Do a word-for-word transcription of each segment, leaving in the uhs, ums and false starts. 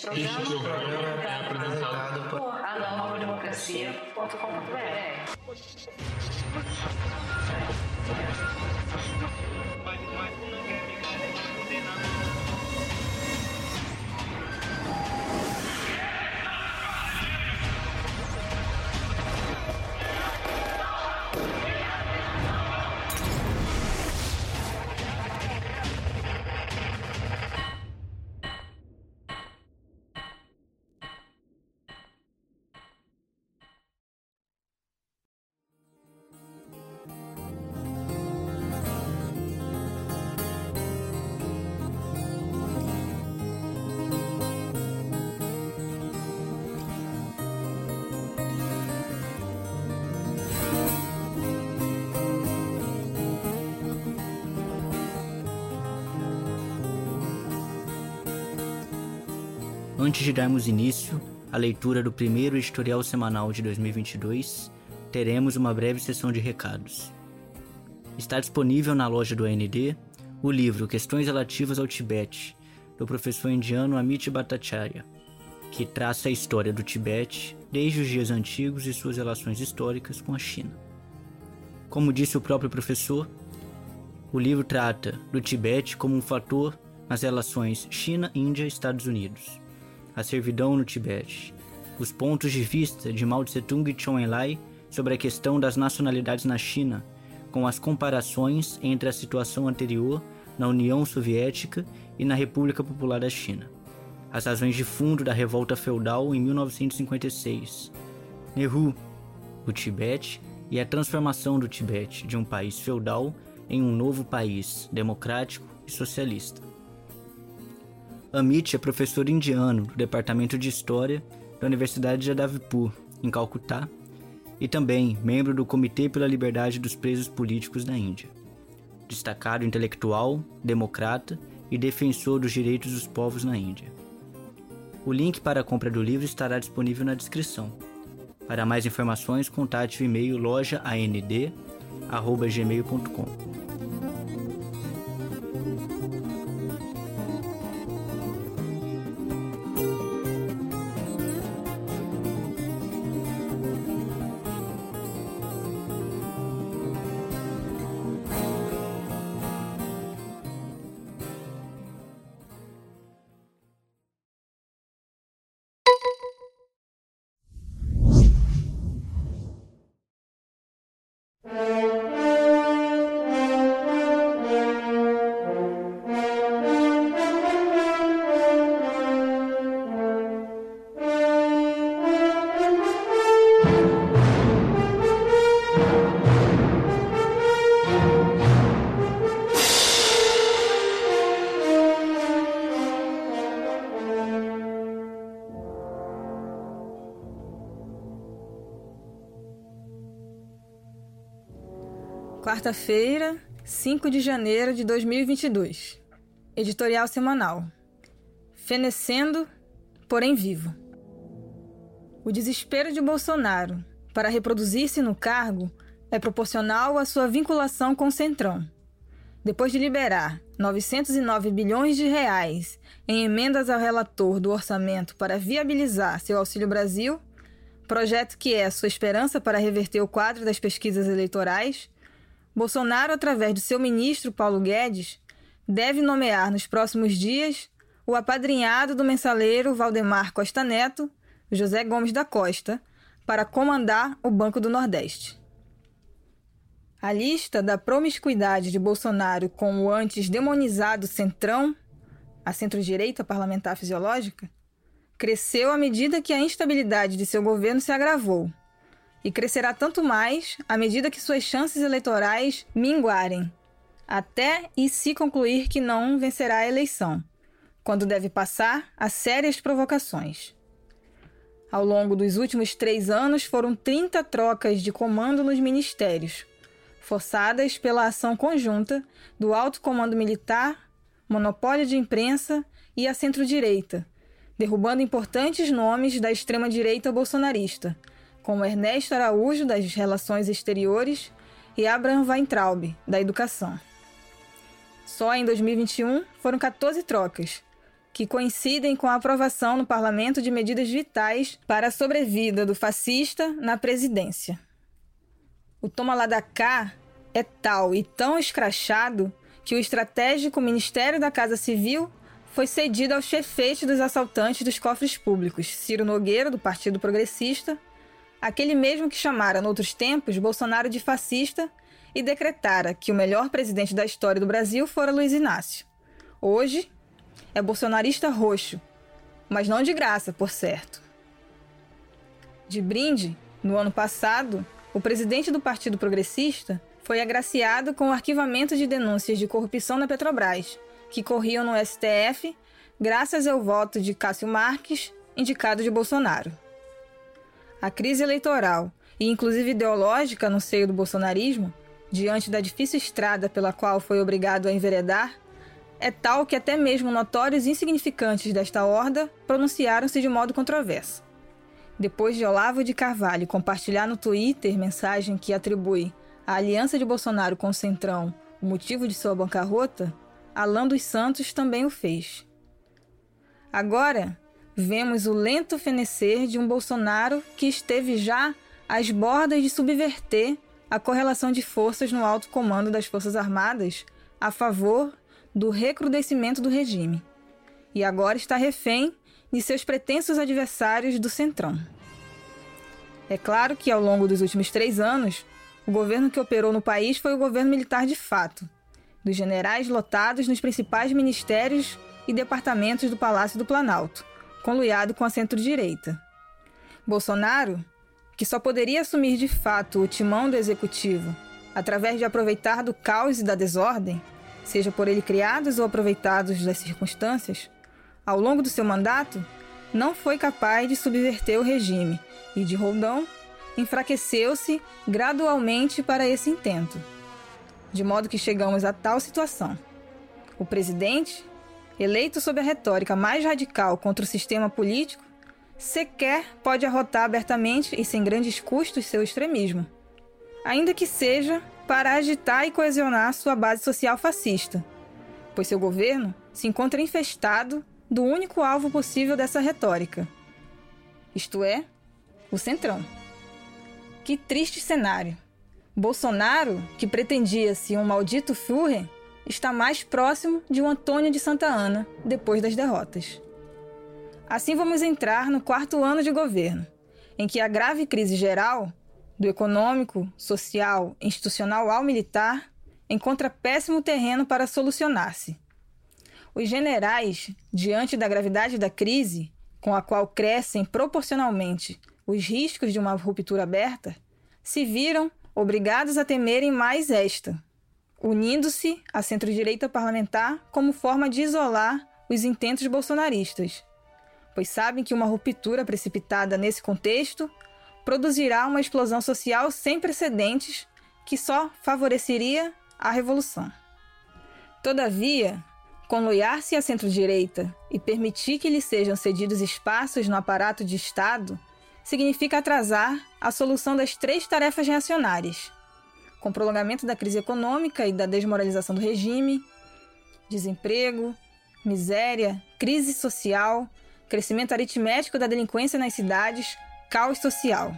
Este programa é apresentado por a nova democracia ponto com ponto b r. Antes de darmos início à leitura do primeiro editorial semanal de dois mil e vinte e dois, teremos uma breve sessão de recados. Está disponível na loja do A N D o livro Questões Relativas ao Tibete, do professor indiano Amit Bhattacharya, que traça a história do Tibete desde os dias antigos e suas relações históricas com a China. Como disse o próprio professor, o livro trata do Tibete como um fator nas relações China, Índia e Estados Unidos, a servidão no Tibete, os pontos de vista de Mao Tse-tung e Zhou Enlai sobre a questão das nacionalidades na China, com as comparações entre a situação anterior na União Soviética e na República Popular da China, as razões de fundo da revolta feudal em mil novecentos e cinquenta e seis, Nehru, o Tibete e a transformação do Tibete de um país feudal em um novo país democrático e socialista. Amit é professor indiano do Departamento de História da Universidade de Jadavpur, em Calcutá, e também membro do Comitê pela Liberdade dos Presos Políticos da Índia. Destacado intelectual, democrata e defensor dos direitos dos povos na Índia. O link para a compra do livro estará disponível na descrição. Para mais informações, contate o e-mail loja a n d arroba gmail ponto com. Quarta-feira, cinco de janeiro de dois mil e vinte e dois. Editorial semanal. Fenecendo, porém vivo. O desespero de Bolsonaro para reproduzir-se no cargo é proporcional à sua vinculação com o Centrão. Depois de liberar novecentos e nove bilhões de reais em emendas ao relator do orçamento para viabilizar seu Auxílio Brasil, projeto que é a sua esperança para reverter o quadro das pesquisas eleitorais, Bolsonaro, através do seu ministro Paulo Guedes, deve nomear nos próximos dias o apadrinhado do mensaleiro Valdemar Costa Neto, José Gomes da Costa, para comandar o Banco do Nordeste. A lista da promiscuidade de Bolsonaro com o antes demonizado Centrão, a centro-direita parlamentar fisiológica, cresceu à medida que a instabilidade de seu governo se agravou, e crescerá tanto mais à medida que suas chances eleitorais minguarem, até e se concluir que não vencerá a eleição, quando deve passar a sérias provocações. Ao longo dos últimos três anos foram trinta trocas de comando nos ministérios, forçadas pela ação conjunta do alto comando militar, monopólio de imprensa e a centro-direita, derrubando importantes nomes da extrema-direita bolsonarista, como Ernesto Araújo, das Relações Exteriores, e Abraham Weintraub, da Educação. Só em dois mil e vinte e um foram quatorze trocas, que coincidem com a aprovação no parlamento de medidas vitais para a sobrevida do fascista na presidência. O toma lá da cá é tal e tão escrachado que o estratégico Ministério da Casa Civil foi cedido ao chefete dos assaltantes dos cofres públicos, Ciro Nogueira, do Partido Progressista, aquele mesmo que chamara, noutros tempos, Bolsonaro de fascista e decretara que o melhor presidente da história do Brasil fora Luiz Inácio. Hoje, é bolsonarista roxo, mas não de graça, por certo. De brinde, no ano passado, o presidente do Partido Progressista foi agraciado com o arquivamento de denúncias de corrupção na Petrobras, que corriam no S T F graças ao voto de Cássio Marques, indicado de Bolsonaro. A crise eleitoral e inclusive ideológica no seio do bolsonarismo, diante da difícil estrada pela qual foi obrigado a enveredar, é tal que até mesmo notórios insignificantes desta horda pronunciaram-se de modo controverso. Depois de Olavo de Carvalho compartilhar no Twitter mensagem que atribui à aliança de Bolsonaro com o Centrão o motivo de sua bancarrota, Alan dos Santos também o fez. Agora, vemos o lento fenecer de um Bolsonaro que esteve já às bordas de subverter a correlação de forças no alto comando das Forças Armadas a favor do recrudescimento do regime, e agora está refém de seus pretensos adversários do Centrão. É claro que, ao longo dos últimos três anos, o governo que operou no país foi o governo militar de fato, dos generais lotados nos principais ministérios e departamentos do Palácio do Planalto, conluiado com a centro-direita. Bolsonaro, que só poderia assumir de fato o timão do executivo através de aproveitar do caos e da desordem, seja por ele criados ou aproveitados das circunstâncias, ao longo do seu mandato, não foi capaz de subverter o regime e, de roldão, enfraqueceu-se gradualmente para esse intento, de modo que chegamos a tal situação. O presidente, eleito sob a retórica mais radical contra o sistema político, sequer pode arrotar abertamente e sem grandes custos seu extremismo, ainda que seja para agitar e coesionar sua base social fascista, pois seu governo se encontra infestado do único alvo possível dessa retórica, isto é, o Centrão. Que triste cenário! Bolsonaro, que pretendia-se um maldito Führer, está mais próximo de um Antônio de Santa Ana depois das derrotas. Assim vamos entrar no quarto ano de governo, em que a grave crise geral, do econômico, social, institucional ao militar, encontra péssimo terreno para solucionar-se. Os generais, diante da gravidade da crise, com a qual crescem proporcionalmente os riscos de uma ruptura aberta, se viram obrigados a temerem mais esta, unindo-se à centro-direita parlamentar como forma de isolar os intentos bolsonaristas, pois sabem que uma ruptura precipitada nesse contexto produzirá uma explosão social sem precedentes que só favoreceria a revolução. Todavia, conluiar-se à centro-direita e permitir que lhe sejam cedidos espaços no aparato de Estado significa atrasar a solução das três tarefas reacionárias, com prolongamento da crise econômica e da desmoralização do regime, desemprego, miséria, crise social, crescimento aritmético da delinquência nas cidades, caos social.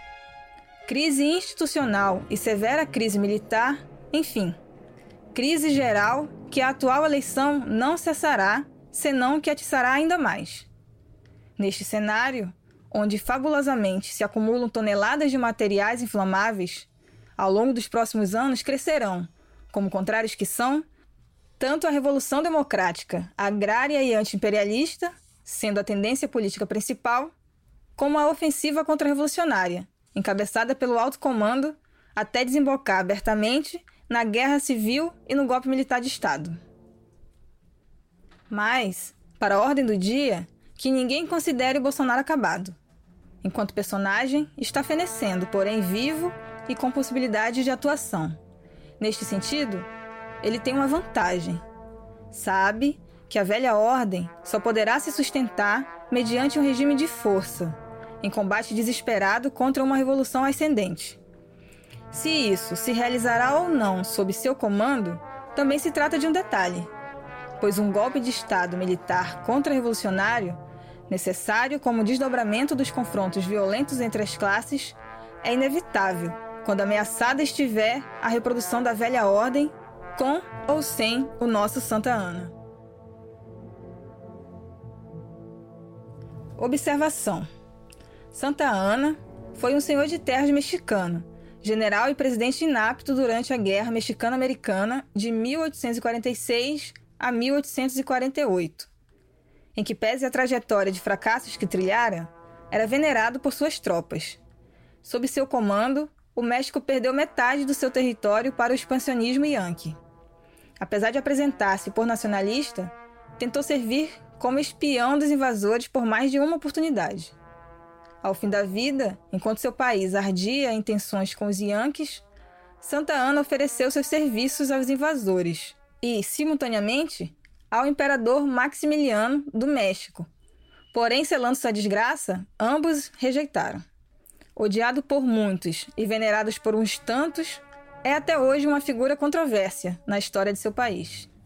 Crise institucional e severa crise militar, enfim, crise geral que a atual eleição não cessará, senão que atiçará ainda mais. Neste cenário, onde fabulosamente se acumulam toneladas de materiais inflamáveis, ao longo dos próximos anos crescerão, como contrários que são, tanto a Revolução Democrática, agrária e anti-imperialista, sendo a tendência política principal, como a ofensiva contra-revolucionária, encabeçada pelo alto comando, até desembocar abertamente na guerra civil e no golpe militar de Estado. Mas, para a ordem do dia, que ninguém considere o Bolsonaro acabado. Enquanto personagem, está fenecendo, porém vivo e com possibilidade de atuação. Neste sentido, ele tem uma vantagem. Sabe que a velha ordem só poderá se sustentar mediante um regime de força, em combate desesperado contra uma revolução ascendente. Se isso se realizará ou não sob seu comando, também se trata de um detalhe. pois um golpe de Estado militar contra-revolucionário, necessário como desdobramento dos confrontos violentos entre as classes, é inevitável quando ameaçada estiver a reprodução da velha ordem, com ou sem o nosso Santa Ana. Observação: Santa Ana foi um senhor de terras mexicano, general e presidente inapto durante a Guerra Mexicano-Americana de mil oitocentos e quarenta e seis a mil oitocentos e quarenta e oito, em que, pese a trajetória de fracassos que trilhara, era venerado por suas tropas. Sob seu comando, o México perdeu metade do seu território para o expansionismo yanqui. Apesar de apresentar-se por nacionalista, tentou servir como espião dos invasores por mais de uma oportunidade. Ao fim da vida, enquanto seu país ardia em tensões com os yanquis, Santa Ana ofereceu seus serviços aos invasores e, simultaneamente, ao imperador Maximiliano do México. Porém, selando sua desgraça, ambos rejeitaram. Odiado por muitos e venerado por uns tantos, é até hoje uma figura controvérsia na história de seu país.